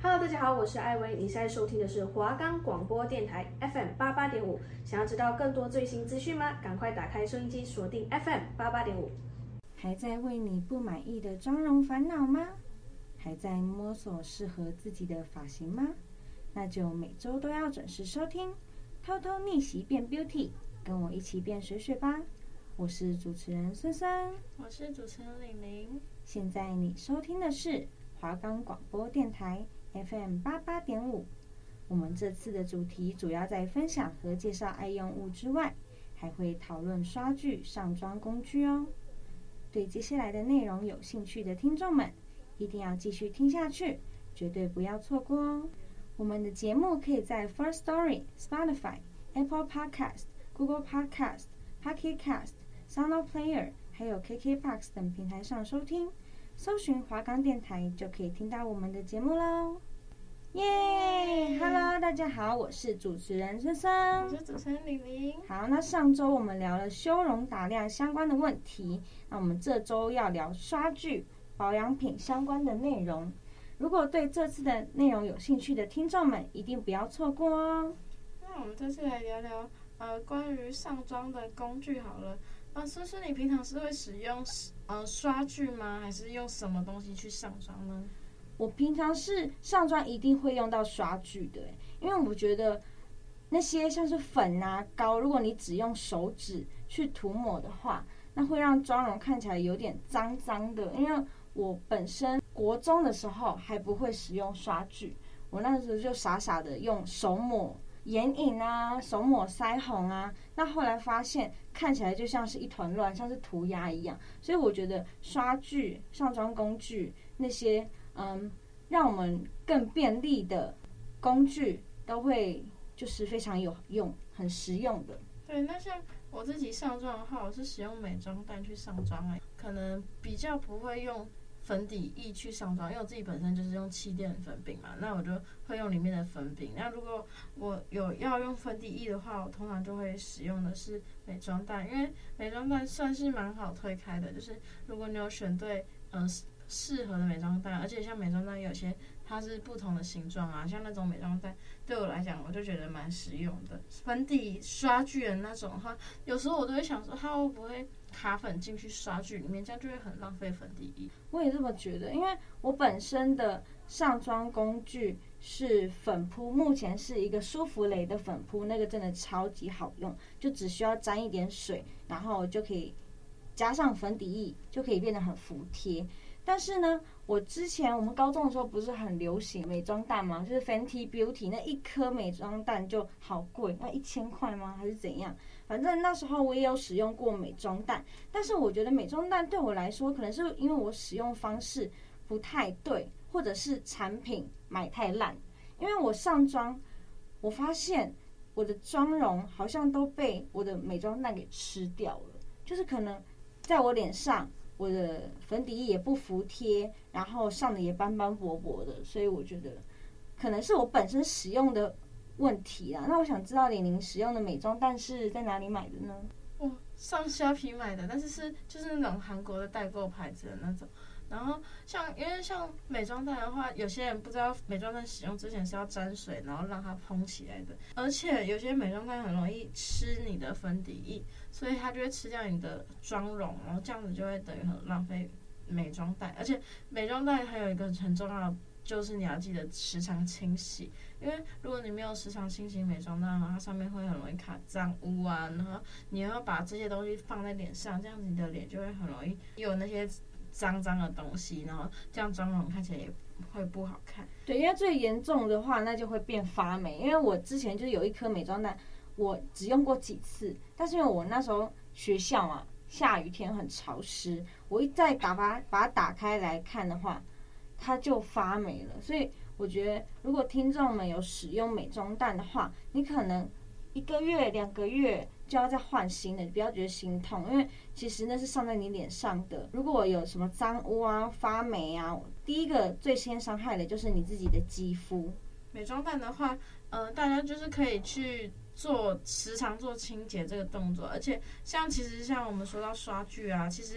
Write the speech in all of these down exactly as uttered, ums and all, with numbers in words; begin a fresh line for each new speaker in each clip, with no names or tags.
Hello， 大家好，我是艾薇，你现在收听的是华冈广播电台 F M 八八点五。想要知道更多最新资讯吗？赶快打开收音机，锁定 F M 八八点五。
还在为你不满意的妆容烦恼吗？还在摸索适合自己的发型吗？那就每周都要准时收听，偷偷逆袭变 Beauty， 跟我一起变水水吧。我是主持人孙孙，
我是主持人玲玲。
现在你收听的是华冈广播电台 F M 八八点五。我们这次的主题主要在分享和介绍爱用物之外，还会讨论刷具、上妆工具哦。对接下来的内容有兴趣的听众们，一定要继续听下去，绝对不要错过哦。我们的节目可以在 First Story、Spotify、Apple Podcast、Google Podcast、Pocket Cast、Sound Player 还有 K K B O X 等平台上收听，搜寻华冈电台就可以听到我们的节目喽。耶 ！Hello， 大家好，我是主持人孙孙，
我是主持人玲玲。
好，那上周我们聊了修容打亮相关的问题，那我们这周要聊刷具、保养品相关的内容。如果对这次的内容有兴趣的听众们，一定不要错过哦。
那我们这次来聊聊呃关于上妆的工具好了。呃，孙孙，你平常是会使用呃刷具吗？还是用什么东西去上妆呢？
我平常是上妆一定会用到刷具的，因为我觉得那些像是粉啊、膏，如果你只用手指去涂抹的话，那会让妆容看起来有点脏脏的。因为我本身国中的时候还不会使用刷具，我那时候就傻傻的用手抹眼影啊、手抹腮红啊，那后来发现看起来就像是一团乱，像是涂鸦一样。所以我觉得刷具、上妆工具那些嗯，让我们更便利的工具都会就是非常有用、很实用的。
对，那像我自己上妆的话，我是使用美妆蛋去上妆诶，可能比较不会用粉底液去上妆，因为我自己本身就是用气垫粉饼嘛，那我就会用里面的粉饼。那如果我有要用粉底液的话，我通常就会使用的是美妆蛋，因为美妆蛋算是蛮好推开的，就是如果你有选对，嗯、呃。适合的美妆蛋，而且像美妆蛋有些它是不同的形状啊，像那种美妆蛋对我来讲我就觉得蛮实用的。粉底刷具的那种的话，有时候我都会想说它会不会卡粉进去刷具里面，这样就会很浪费粉底液。
我也这么觉得，因为我本身的上妆工具是粉扑，目前是一个舒芙蕾的粉扑，那个真的超级好用，就只需要沾一点水，然后就可以加上粉底液，就可以变得很服帖。但是呢，我之前我们高中的时候不是很流行美妆蛋吗？就是 Fenty Beauty 那一颗美妆蛋就好贵，那一千块吗？还是怎样？反正那时候我也有使用过美妆蛋，但是我觉得美妆蛋对我来说，可能是因为我使用方式不太对，或者是产品买太烂。因为我上妆，我发现我的妆容好像都被我的美妆蛋给吃掉了，就是可能在我脸上。我的粉底液也不服帖，然后上的也斑斑驳驳的，所以我觉得可能是我本身使用的问题啦。那我想知道玲玲使用的美妆蛋是在哪里买的呢？
我上虾皮买的，但是是就是那种韩国的代购牌子的那种。然后像因为像美妆蛋的话，有些人不知道美妆蛋使用之前是要沾水，然后让它蓬起来的。而且有些美妆蛋很容易吃你的粉底液，所以它就会吃掉你的妆容，然后这样子就会等于很浪费美妆蛋。而且美妆蛋还有一个很重要的，就是你要记得时常清洗，因为如果你没有时常清洗美妆蛋的话，它上面会很容易卡脏污啊，然后你要把这些东西放在脸上，这样子你的脸就会很容易有那些脏脏的东西，然后这样妆容看起来也会不好看。
对，因为最严重的话，那就会变发霉。因为我之前就是有一颗美妆蛋，我只用过几次，但是因为我那时候学校嘛，下雨天很潮湿，我一再打把把它打开来看的话，它就发霉了。所以我觉得，如果听众们有使用美妆蛋的话，你可能一个月、两个月就要再换新的，你不要觉得心痛，因为其实那是上在你脸上的。如果有什么脏污啊、发霉啊，第一个最先伤害的就是你自己的肌肤。
美妆蛋的话，嗯、呃，大家就是可以去做时常做清洁这个动作，而且像其实像我们说到刷具啊，其实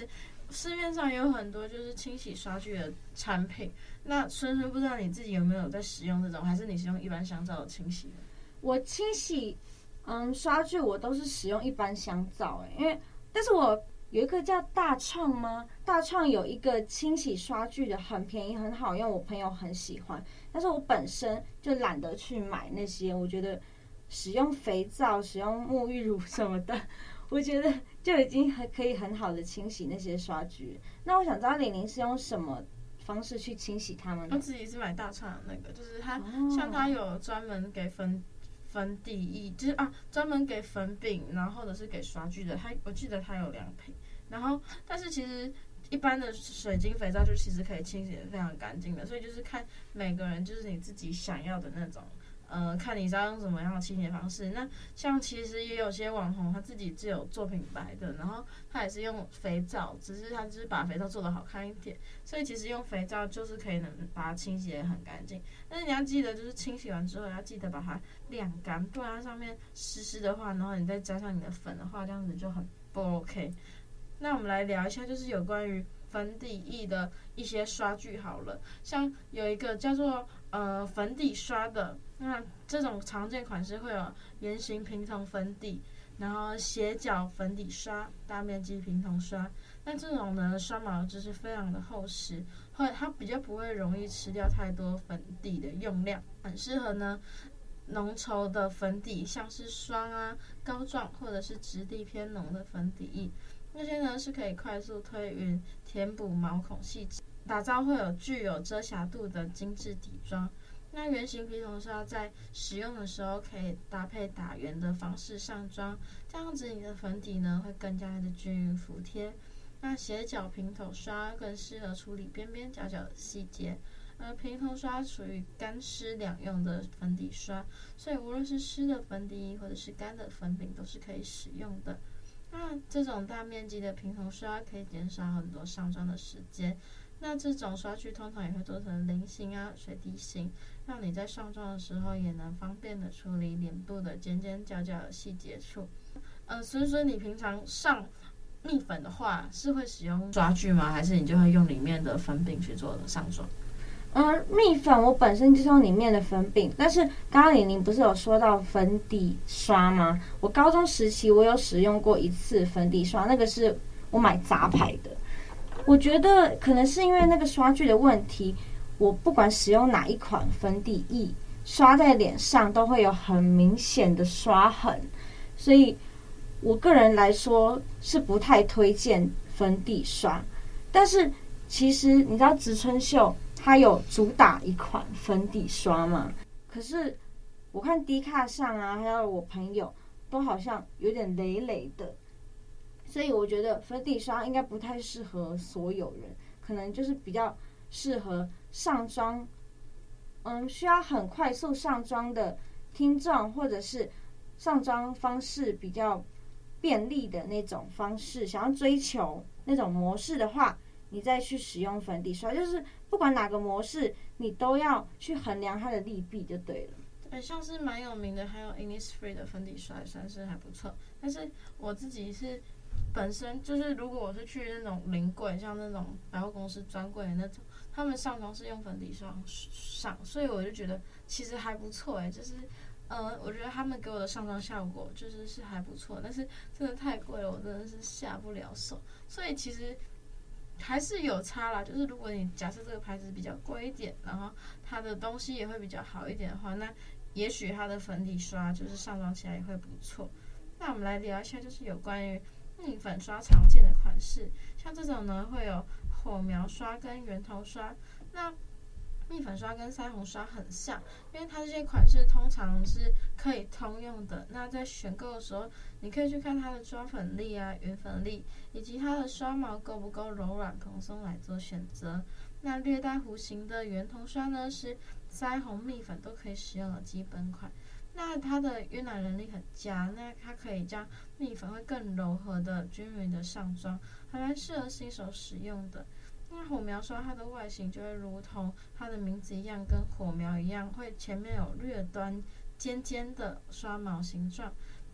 市面上有很多就是清洗刷具的产品，那孙孙不知道你自己有没有在使用这种，还是你是用一般香皂的清洗的？
我清洗嗯刷具我都是使用一般香皂，哎，因为但是我有一个叫大创吗？大创有一个清洗刷具的，很便宜很好用，我朋友很喜欢，但是我本身就懒得去买那些，我觉得使用肥皂、使用沐浴乳什么的，我觉得就已经很可以很好的清洗那些刷具。那我想知道玲玲是用什么方式去清洗它们呢？
我自己是买大创的那个，就是它、哦、像它有专门给粉粉底液，就是啊专门给粉饼，然后或者是给刷具的，它我记得它有两瓶。然后但是其实一般的水晶肥皂就其实可以清洗得非常干净的，所以就是看每个人就是你自己想要的那种。呃，看你是要用什么样的清洁方式。那像其实也有些网红他自己自有做品牌的，然后他也是用肥皂，只是他就是把肥皂做得好看一点，所以其实用肥皂就是可以能把它清洗得很干净。但是你要记得，就是清洗完之后要记得把它晾干，不然它上面湿湿的话，然后你再加上你的粉的话，这样子就很不 OK。那我们来聊一下，就是有关于粉底液的一些刷具好了，像有一个叫做呃粉底刷的，那这种常见款式会有圆形平筒粉底，然后斜角粉底刷、大面积平筒刷。那这种呢，刷毛就是非常的厚实，会它比较不会容易吃掉太多粉底的用量，很适合呢浓稠的粉底，像是霜啊、膏状或者是质地偏浓的粉底液。那些呢是可以快速推匀、填补毛孔细致，打造会有具有遮瑕度的精致底妆。那圆形平筒刷在使用的时候可以搭配打圆的方式上妆，这样子你的粉底呢会更加的均匀服帖。那斜角平筒刷更适合处理边边角角的细节，而平筒刷属于干湿两用的粉底刷，所以无论是湿的粉底或者是干的粉饼都是可以使用的。那这种大面积的平筒刷可以减少很多上妆的时间。那这种刷具通常也会做成菱形啊、水滴形，让你在上妆的时候也能方便的处理脸部的尖尖角角的细节处。嗯，孙孙，你平常上蜜粉的话，是会使用刷具吗？还是你就会用里面的粉饼去做的上妆？
嗯，蜜粉我本身就是用里面的粉饼，但是刚刚玲玲不是有说到粉底刷吗？我高中时期我有使用过一次粉底刷，那个是我买杂牌的。我觉得可能是因为那个刷具的问题，我不管使用哪一款粉底液，刷在脸上都会有很明显的刷痕，所以我个人来说是不太推荐粉底刷。但是其实你知道植村秀它有主打一款粉底刷嘛？可是我看 D 卡上啊，还有我朋友都好像有点累累的，所以我觉得粉底刷应该不太适合所有人，可能就是比较适合上妆，嗯，需要很快速上妆的听众，或者是上妆方式比较便利的那种方式，想要追求那种模式的话，你再去使用粉底刷，就是不管哪个模式，你都要去衡量它的利弊就对了。
对，像是蛮有名的，还有 Innisfree 的粉底刷也算是还不错。但是我自己是本身就是，如果我是去那种临柜，像那种百货公司专柜的那种，他们上妆是用粉底刷上，所以我就觉得其实还不错哎，就是呃，我觉得他们给我的上妆效果就是是还不错，但是真的太贵了，我真的是下不了手，所以其实还是有差啦。就是如果你假设这个牌子比较贵一点，然后它的东西也会比较好一点的话，那也许它的粉底刷就是上妆起来也会不错。那我们来聊一下，就是有关于蜜粉刷常见的款式，像这种呢会有火苗刷跟圆头刷。那蜜粉刷跟腮红刷很像，因为它这些款式通常是可以通用的。那在选购的时候，你可以去看它的抓粉力啊、匀粉力，以及它的刷毛够不够柔软蓬松来做选择。那略带弧形的圆头刷呢，是腮红、蜜粉都可以使用的基本款。那它的晕染能力很佳，那它可以将蜜粉会更柔和的、均匀的上妆，还蛮适合新手使用的。那火苗刷它的外形就会如同它的名字一样，跟火苗一样，会前面有略端尖尖的刷毛形状，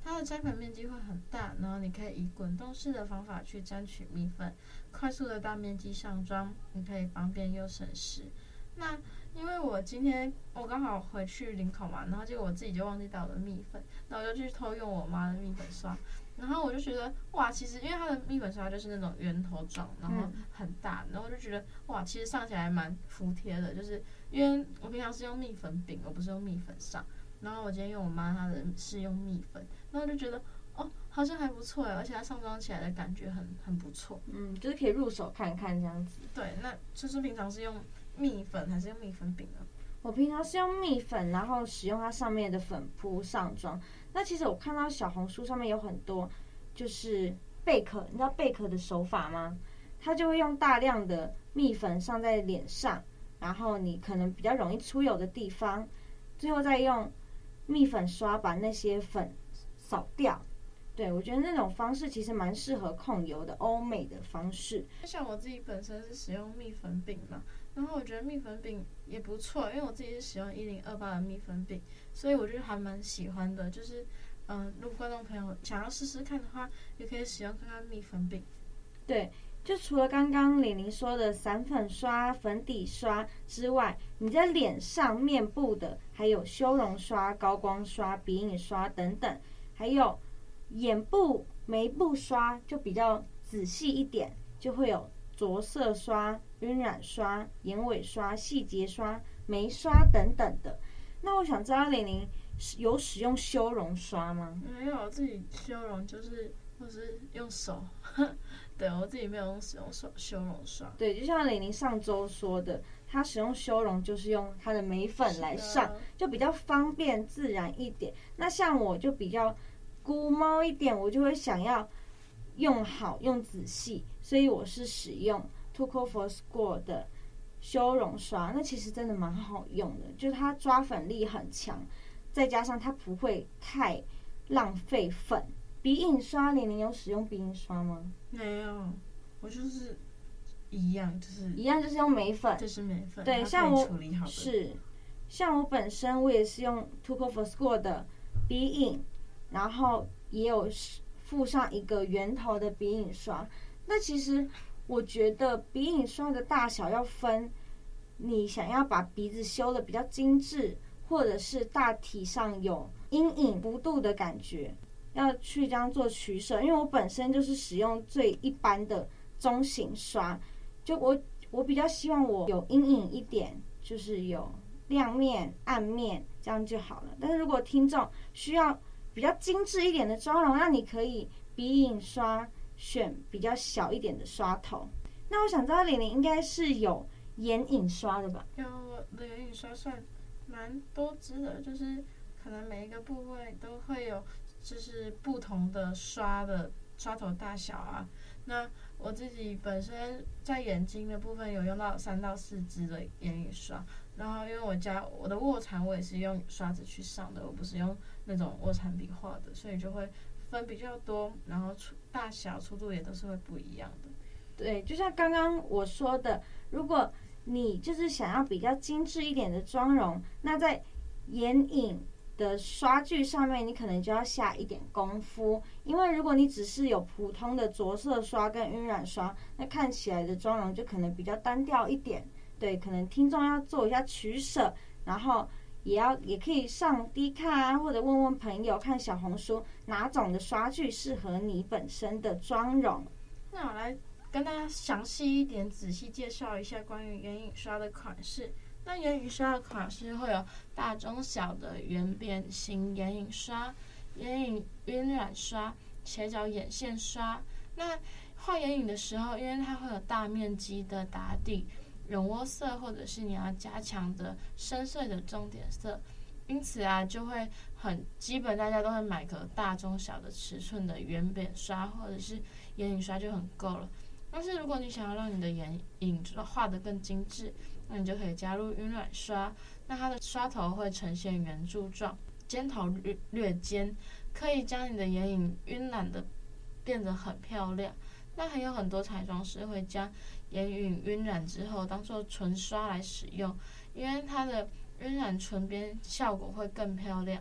它的沾粉面积会很大，然后你可以以滚动式的方法去沾取蜜粉，快速的大面积上妆，你可以方便又省时。那因为我今天我刚好回去林口嘛，然后结果我自己就忘记带我的蜜粉，然后我就去偷用我妈的蜜粉刷，然后我就觉得哇，其实因为它的蜜粉刷就是那种圆头状，然后很大，然后我就觉得哇，其实上起来蛮服帖的，就是因为我平常是用蜜粉饼，我不是用蜜粉上，然后我今天用我妈她的是用蜜粉，然后我就觉得哦，好像还不错哎，而且它上妆起来的感觉很很不错，
嗯，就是可以入手看看这样子。
对，那就是平常是用蜜粉还是用蜜粉饼呢？
我平常是用蜜粉，然后使用它上面的粉扑上妆。那其实我看到小红书上面有很多就是贝壳，你知道贝壳的手法吗？它就会用大量的蜜粉上在脸上，然后你可能比较容易出油的地方，最后再用蜜粉刷把那些粉扫掉。对，我觉得那种方式其实蛮适合控油的，欧美的方式。
像我自己本身是使用蜜粉饼嘛，然后我觉得蜜粉饼也不错，因为我自己是使用一零二八的蜜粉饼，所以我觉得还蛮喜欢的。就是，嗯、呃，如果观众朋友想要试试看的话，也可以使用看看蜜粉饼。
对，就除了刚刚玲玲说的散粉刷、粉底刷之外，你在脸上、面部的还有修容刷、高光刷、鼻影刷等等，还有眼部、眉部刷就比较仔细一点，就会有着色刷、晕染刷、眼尾刷、细节刷、眉刷等等的。那我想知道玲玲有使用修容刷吗？
没有，我自己修容就是或是用手，对我自己没有用使用手修容刷。
对，就像玲玲上周说的，她使用修容就是用她的眉粉来上，就比较方便自然一点。那像我就比较孤猫一点，我就会想要用好用仔细，所以我是使用 Too Cold for School 的修容刷。那其实真的蛮好用的，就是它抓粉力很强，再加上它不会太浪费粉。鼻影刷，玲玲有使用鼻影刷吗？
没有，我就是一样，就是
一样，就是用眉粉，
就是眉粉。
对，像我
处理好的
是像我本身我也是用 Too Cold for School 的鼻影，然后也有附上一个圆头的鼻影刷。那其实我觉得鼻影刷的大小要分，你想要把鼻子修的比较精致，或者是大体上有阴影幅度的感觉，要去这样做取舍。因为我本身就是使用最一般的中型刷，就我我比较希望我有阴影一点，就是有亮面、暗面，这样就好了。但是如果听众需要比较精致一点的妆容，那你可以鼻影刷选比较小一点的刷头。那我想知道玲玲应该是有眼影刷的吧？
有，我的眼影刷算蛮多支的，就是可能每一个部位都会有就是不同的刷的刷头大小啊。那我自己本身在眼睛的部分有用到三到四支的眼影刷，然后因为我家我的卧蚕我也是用刷子去上的，我不是用那种卧蚕笔画的，所以就会分比较多，然后粗大小粗度也都是会不一样的。
对，就像刚刚我说的，如果你就是想要比较精致一点的妆容，那在眼影的刷具上面你可能就要下一点功夫，因为如果你只是有普通的着色刷跟晕染刷，那看起来的妆容就可能比较单调一点。对，可能听众要做一下取舍，然后也要也可以上 D 卡啊，或者问问朋友看小红书哪种的刷具适合你本身的妆容。
那我来跟大家详细一点仔细介绍一下关于眼影刷的款式。那眼影刷的款式会有大中小的圆扁形眼影刷、眼影晕染刷、斜角眼线刷。那画眼影的时候，因为它会有大面积的打底、人窝色，或者是你要加强的深邃的重点色，因此啊，就会很基本，大家都会买个大中小的尺寸的圆扁刷或者是眼影刷就很够了。但是如果你想要让你的眼影画得更精致，那你就可以加入晕染刷。那它的刷头会呈现圆柱状，尖头略略尖，可以将你的眼影晕染的变得很漂亮。那还有很多彩妆师会将眼影晕染之后当做唇刷来使用，因为它的晕染唇边效果会更漂亮。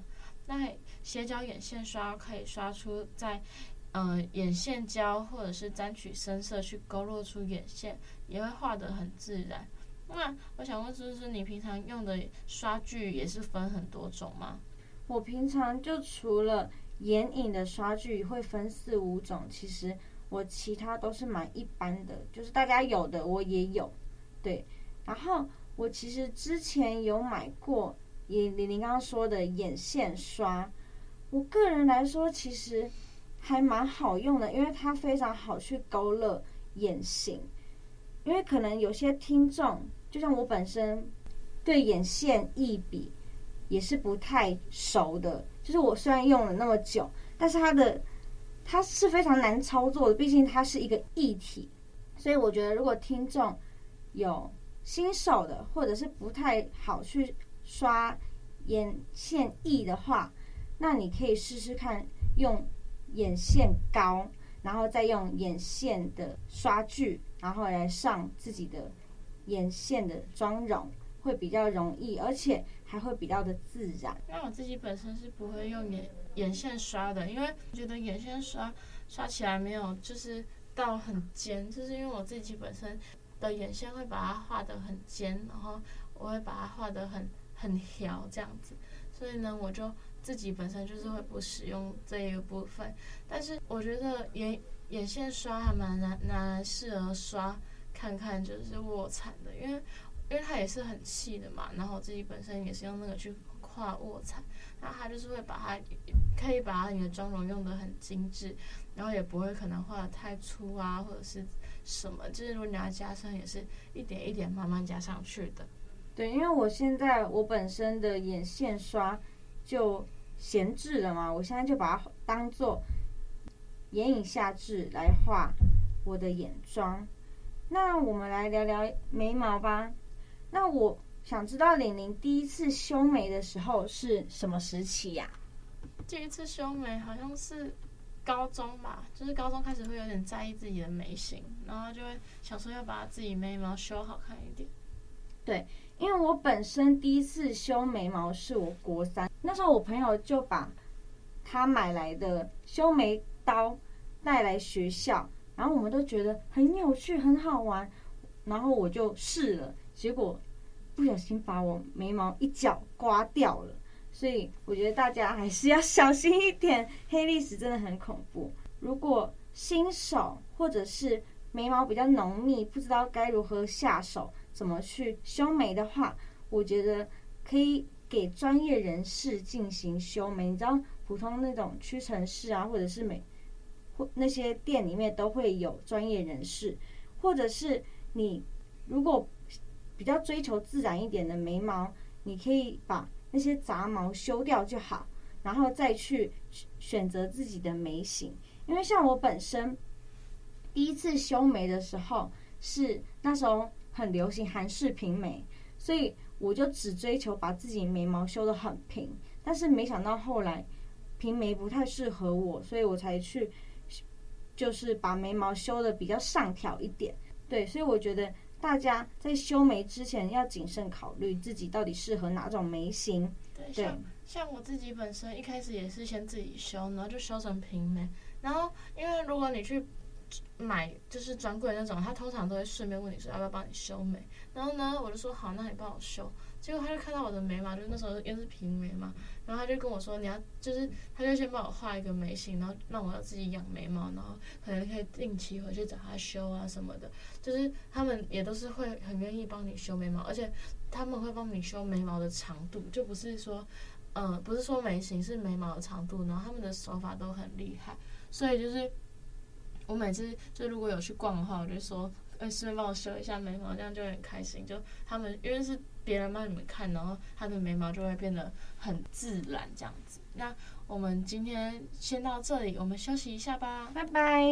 那斜角眼线刷可以刷出在呃眼线胶或者是沾取深色去勾勒出眼线，也会画得很自然。那我想问，就是你平常用的刷具也是分很多种吗？
我平常就除了眼影的刷具会分四五种，其实我其他都是买一般的，就是大家有的我也有，对。然后我其实之前有买过，也玲玲刚刚说的眼线刷，我个人来说其实还蛮好用的，因为它非常好去勾勒眼型。因为可能有些听众，就像我本身对眼线液笔也是不太熟的，就是我虽然用了那么久，但是它的它是非常难操作的，毕竟它是一个液体。所以我觉得如果听众有新手的，或者是不太好去刷眼线液的话，那你可以试试看用眼线膏，然后再用眼线的刷具，然后来上自己的眼线的妆容，会比较容易，而且还会比较的自然。
那我自己本身是不会用眼眼线刷的，因为我觉得眼线刷刷起来没有就是到很尖，就是因为我自己本身的眼线会把它画得很尖，然后我会把它画得很很挑这样子，所以呢，我就自己本身就是会不使用这一个部分。但是我觉得眼眼线刷还蛮难难适合刷看看就是卧蚕的，因为因为它也是很细的嘛，然后我自己本身也是用那个去画卧蚕，那它就是会把它可以把你的妆容用得很精致，然后也不会可能画得太粗啊或者是什么，就是如果你要加深也是一点一点慢慢加上去的。
对，因为我现在我本身的眼线刷就闲置了嘛，我现在就把它当做眼影下至来画我的眼妆。那我们来聊聊眉毛吧。那我想知道玲玲第一次修眉的时候是什么时期呀、
啊？第一次修眉好像是高中吧，就是高中开始会有点在意自己的眉形，然后就会想说要把自己眉毛修好看一点。
对，因为我本身第一次修眉毛是我国三，那时候我朋友就把他买来的修眉刀带来学校，然后我们都觉得很有趣很好玩，然后我就试了，结果不小心把我眉毛一角刮掉了，所以我觉得大家还是要小心一点，黑历史真的很恐怖。如果新手或者是眉毛比较浓密，不知道该如何下手怎么去修眉的话，我觉得可以给专业人士进行修眉。你知道普通那种屈臣氏啊，或者是美或那些店里面都会有专业人士，或者是你如果比较追求自然一点的眉毛，你可以把那些杂毛修掉就好，然后再去选择自己的眉型。因为像我本身第一次修眉的时候，是那时候很流行韩式平眉，所以我就只追求把自己眉毛修得很平，但是没想到后来平眉不太适合我，所以我才去就是把眉毛修得比较上挑一点。对，所以我觉得大家在修眉之前要谨慎考虑自己到底适合哪种眉型。
对，对像像我自己本身一开始也是先自己修，然后就修成平眉，然后因为如果你去买就是专柜那种，他通常都会顺便问你说要不要帮你修眉，然后呢我就说好，那你帮我修。结果他就看到我的眉毛，就是那时候又是平眉嘛，然后他就跟我说你要就是他就先帮我画一个眉形，然后让我要自己养眉毛，然后可能可以定期回去找他修啊什么的，就是他们也都是会很愿意帮你修眉毛，而且他们会帮你修眉毛的长度，就不是说呃不是说眉形，是眉毛的长度，然后他们的手法都很厉害，所以就是我每次就如果有去逛的话，我就说哎，顺便帮我修一下眉毛，这样就很开心。就他们因为是别人帮你们看，然后他的眉毛就会变得很自然这样子。那我们今天先到这里，我们休息一下吧，
拜拜。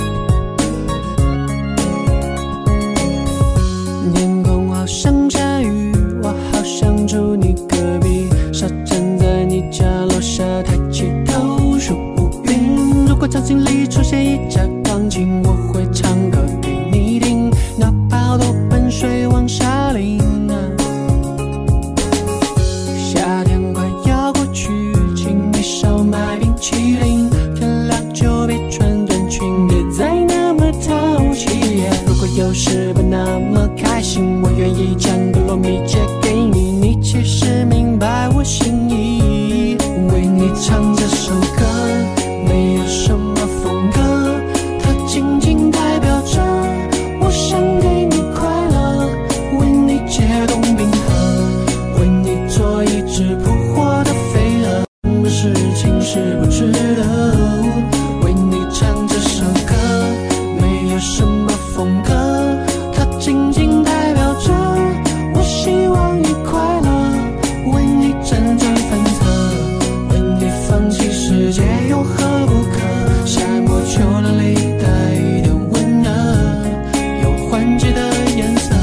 天空好像下雨是不那么开心，我愿意将个糯米借给你，你其实明白我心意。为你唱这首歌，没有什么风格，它仅仅代表着我想给你快乐，为你解冻冰河，为你做一只扑火的飞蛾，什么事情是不值得？为你唱这首歌，没有什么风格，它仅仅代表着我希望你快乐，为你辗转反侧，为你放弃世界有何不可？夏末秋凉里带一点温热，有缓解的颜色。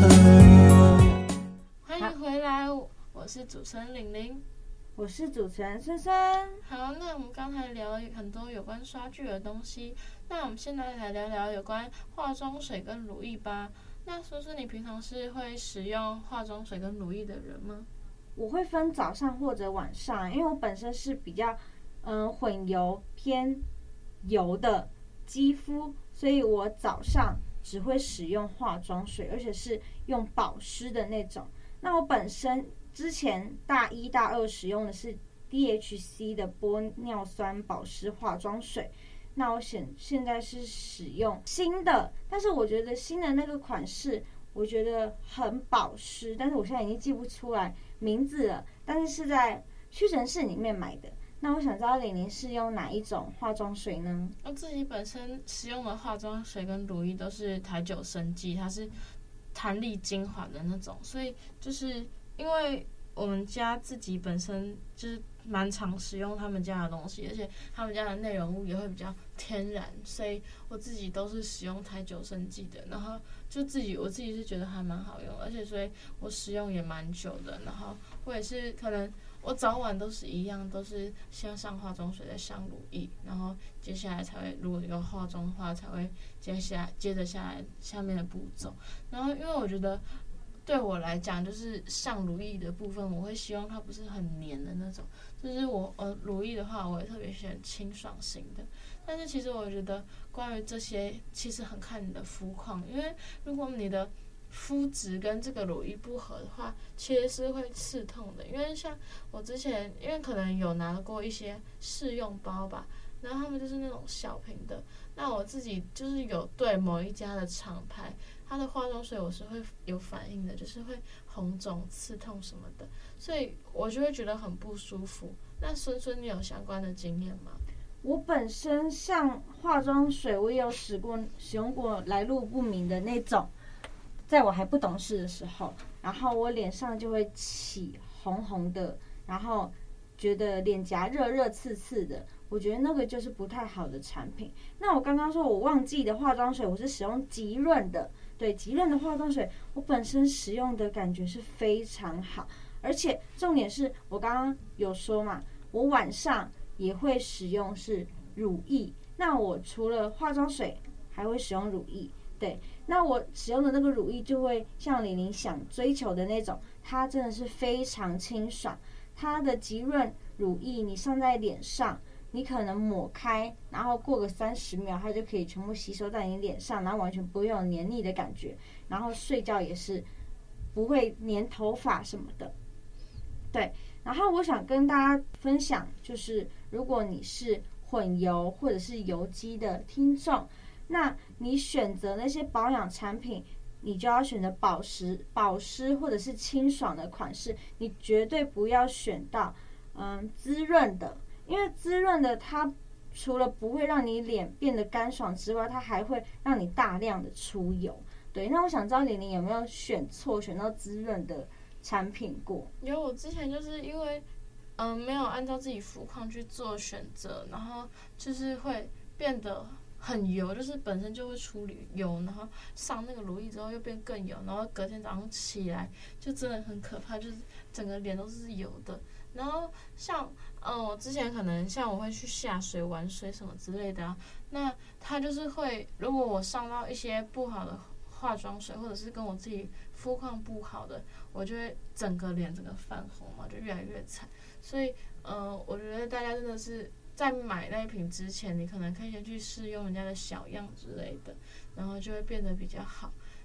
欢迎回来，我是主持人玲玲。
我是主持人森森。
好，那我们刚才聊了很多有关刷具的东西，那我们现在来聊聊有关化妆水跟乳液吧。那叔叔，你平常是会使用化妆水跟乳液的人吗？
我会分早上或者晚上，因为我本身是比较嗯、呃、混油偏油的肌肤，所以我早上只会使用化妆水，而且是用保湿的那种。那我本身之前大一大二使用的是 D H C 的玻尿酸保湿化妆水，那我现现在是使用新的，但是我觉得新的那个款式我觉得很保湿，但是我现在已经记不出来名字了，但是是在屈臣氏里面买的。那我想知道玲玲是用哪一种化妆水呢？
我自己本身使用的化妆水跟乳液都是台九生机，它是弹力精华的那种，所以就是因为我们家自己本身就是蛮常使用他们家的东西，而且他们家的内容物也会比较天然，所以我自己都是使用台九生机的，然后就自己我自己是觉得还蛮好用，而且所以我使用也蛮久的，然后我也是可能我早晚都是一样，都是先上化妆水再上乳液，然后接下来才会如果有化妆的话才会接下来接着下来下面的步骤，然后因为我觉得对我来讲，就是上乳液的部分，我会希望它不是很黏的那种。就是我呃乳液的话，我也特别喜欢清爽型的。但是其实我觉得关于这些，其实很看你的肤况，因为如果你的肤质跟这个乳液不合的话，其实是会刺痛的。因为像我之前，因为可能有拿过一些试用包吧，然后他们就是那种小瓶的。那我自己就是有对某一家的厂牌，它的化妆水我是会有反应的，就是会红肿、刺痛什么的，所以我就会觉得很不舒服。那孙孙，你有相关的经验吗？
我本身像化妆水，我也有使过使用过来路不明的那种，在我还不懂事的时候，然后我脸上就会起红红的，然后觉得脸颊热热刺刺的，我觉得那个就是不太好的产品。那我刚刚说我忘记的化妆水，我是使用极润的，对，极润的化妆水，我本身使用的感觉是非常好，而且重点是我刚刚有说嘛，我晚上也会使用是乳液，那我除了化妆水还会使用乳液，对，那我使用的那个乳液就会像玲玲想追求的那种，它真的是非常清爽，它的极润乳液你上在脸上，你可能抹开，然后过个三十秒，它就可以全部吸收在你脸上，然后完全不会有黏腻的感觉，然后睡觉也是不会黏头发什么的。对，然后我想跟大家分享，就是如果你是混油或者是油肌的听众，那你选择那些保养产品，你就要选择保湿、保湿或者是清爽的款式，你绝对不要选到嗯滋润的。因为滋润的它除了不会让你脸变得干爽之外，它还会让你大量的出油。对，那我想知道玲玲有没有选错，选到滋润的产品过？
有，我之前就是因为嗯没有按照自己肤况去做选择，然后就是会变得很油，就是本身就会出油，然后上那个乳液之后又变更油，然后隔天早上起来就真的很可怕，就是整个脸都是油的。然后像嗯，我之前可能像我会去下水玩水什么之类的啊，那它就是会，如果我上到一些不好的化妆水，或者是跟我自己肤况不好的，我就会整个脸整个泛红嘛，就越来越惨。所以嗯，我觉得大家真的是在买那一瓶之前，你可能可以先去试用人家的小样之类的，然后就会变得比较好。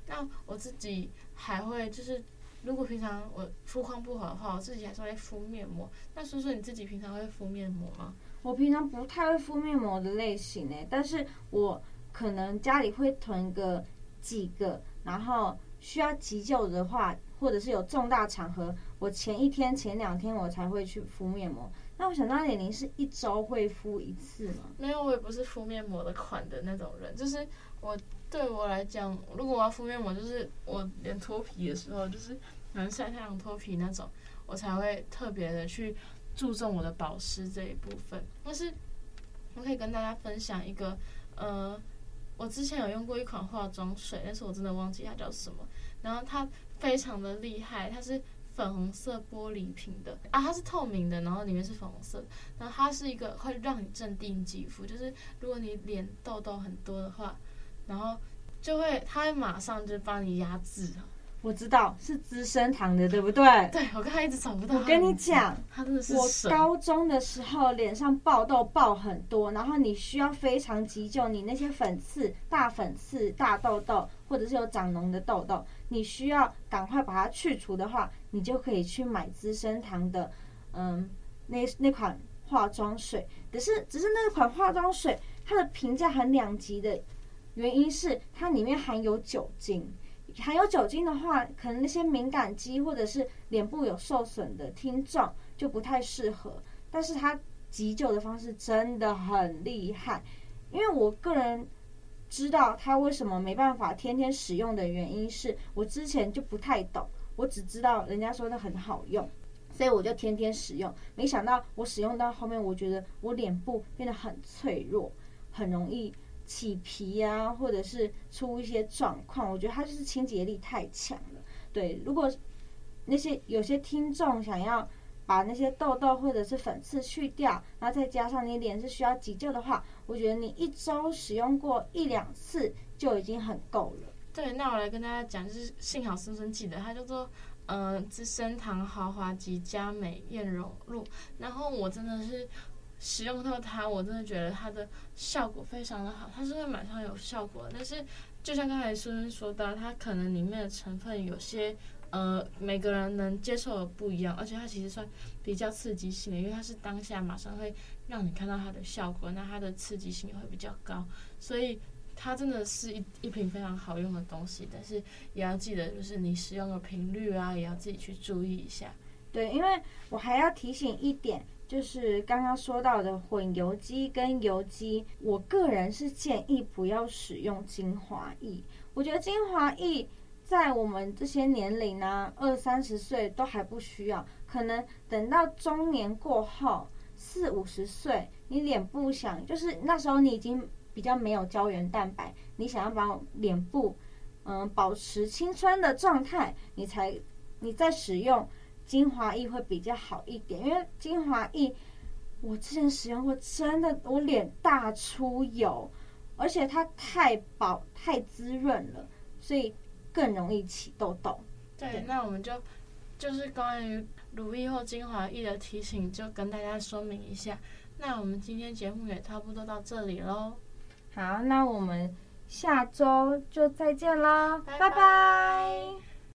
那我自己还会就是，如果平常我肤况不好的话，我自己还是会敷面膜。那叔叔你自己平常会敷面膜吗？
我平常不太会敷面膜的类型诶，但是我可能家里会囤个几个，然后需要急救的话，或者是有重大场合，我前一天、前两天我才会去敷面膜。那我想到点，您是一周会敷一次吗？
没有，我也不是敷面膜的款的那种人。就是我对我来讲，如果我要敷面膜，就是我连脱皮的时候，就是可能晒太阳脱皮那种，我才会特别的去注重我的保湿这一部分。但是我可以跟大家分享一个，呃，我之前有用过一款化妆水，但是我真的忘记它叫什么。然后它非常的厉害，它是粉红色玻璃瓶的啊，它是透明的，然后里面是粉红色的。然后它是一个会让你镇定肌肤，就是如果你脸痘痘很多的话，然后就会它会马上就帮你压制。
我知道是资生堂的，对不对？
对，我刚才一直找不到。
我跟你讲，
它真的是
我高中的时候脸上爆痘爆很多，然后你需要非常急救，你那些粉刺、大粉刺、大痘痘，或者是有长脓的痘痘，你需要赶快把它去除的话，你就可以去买资生堂的，嗯，那那款化妆水。只是只是那款化妆水，它的评价很两极的原因是它里面含有酒精。含有酒精的话，可能那些敏感肌或者是脸部有受损的听众就不太适合。但是它急救的方式真的很厉害，因为我个人知道它为什么没办法天天使用的原因是，我之前就不太懂，我只知道人家说的很好用，所以我就天天使用。没想到我使用到后面，我觉得我脸部变得很脆弱，很容易起皮啊，或者是出一些状况，我觉得它就是清洁力太强了。对，如果那些有些听众想要把那些痘痘或者是粉刺去掉，然后再加上你脸是需要急救的话，我觉得你一周使用过一两次就已经很够了。
对，那我来跟大家讲，就是幸好孙孙记得，它叫做呃资生堂豪华级佳美艳容露，然后我真的是使用到它，我真的觉得它的效果非常的好，它是会马上有效果的。但是就像刚才孙孙说到，它可能里面的成分有些呃每个人能接受的不一样，而且它其实算比较刺激性的，因为它是当下马上会让你看到它的效果，那它的刺激性也会比较高，所以它真的是一一瓶非常好用的东西。但是也要记得，就是你使用的频率啊，也要自己去注意一下。
对，因为我还要提醒一点，就是刚刚说到的混油肌跟油肌，我个人是建议不要使用精华液。我觉得精华液在我们这些年龄呢，二三十岁都还不需要，可能等到中年过后，四五十岁，你脸部想就是那时候你已经比较没有胶原蛋白，你想要把脸部嗯保持青春的状态，你才你再使用精华液会比较好一点。因为精华液我之前使用过，真的我脸大出油，而且它太薄太滋润了，所以更容易起痘痘。
对，对，那我们就就是关于乳液或精华液的提醒，就跟大家说明一下。那我们今天节目也差不多到这里咯。
好，那我们下周就再见啦，
拜
拜拜。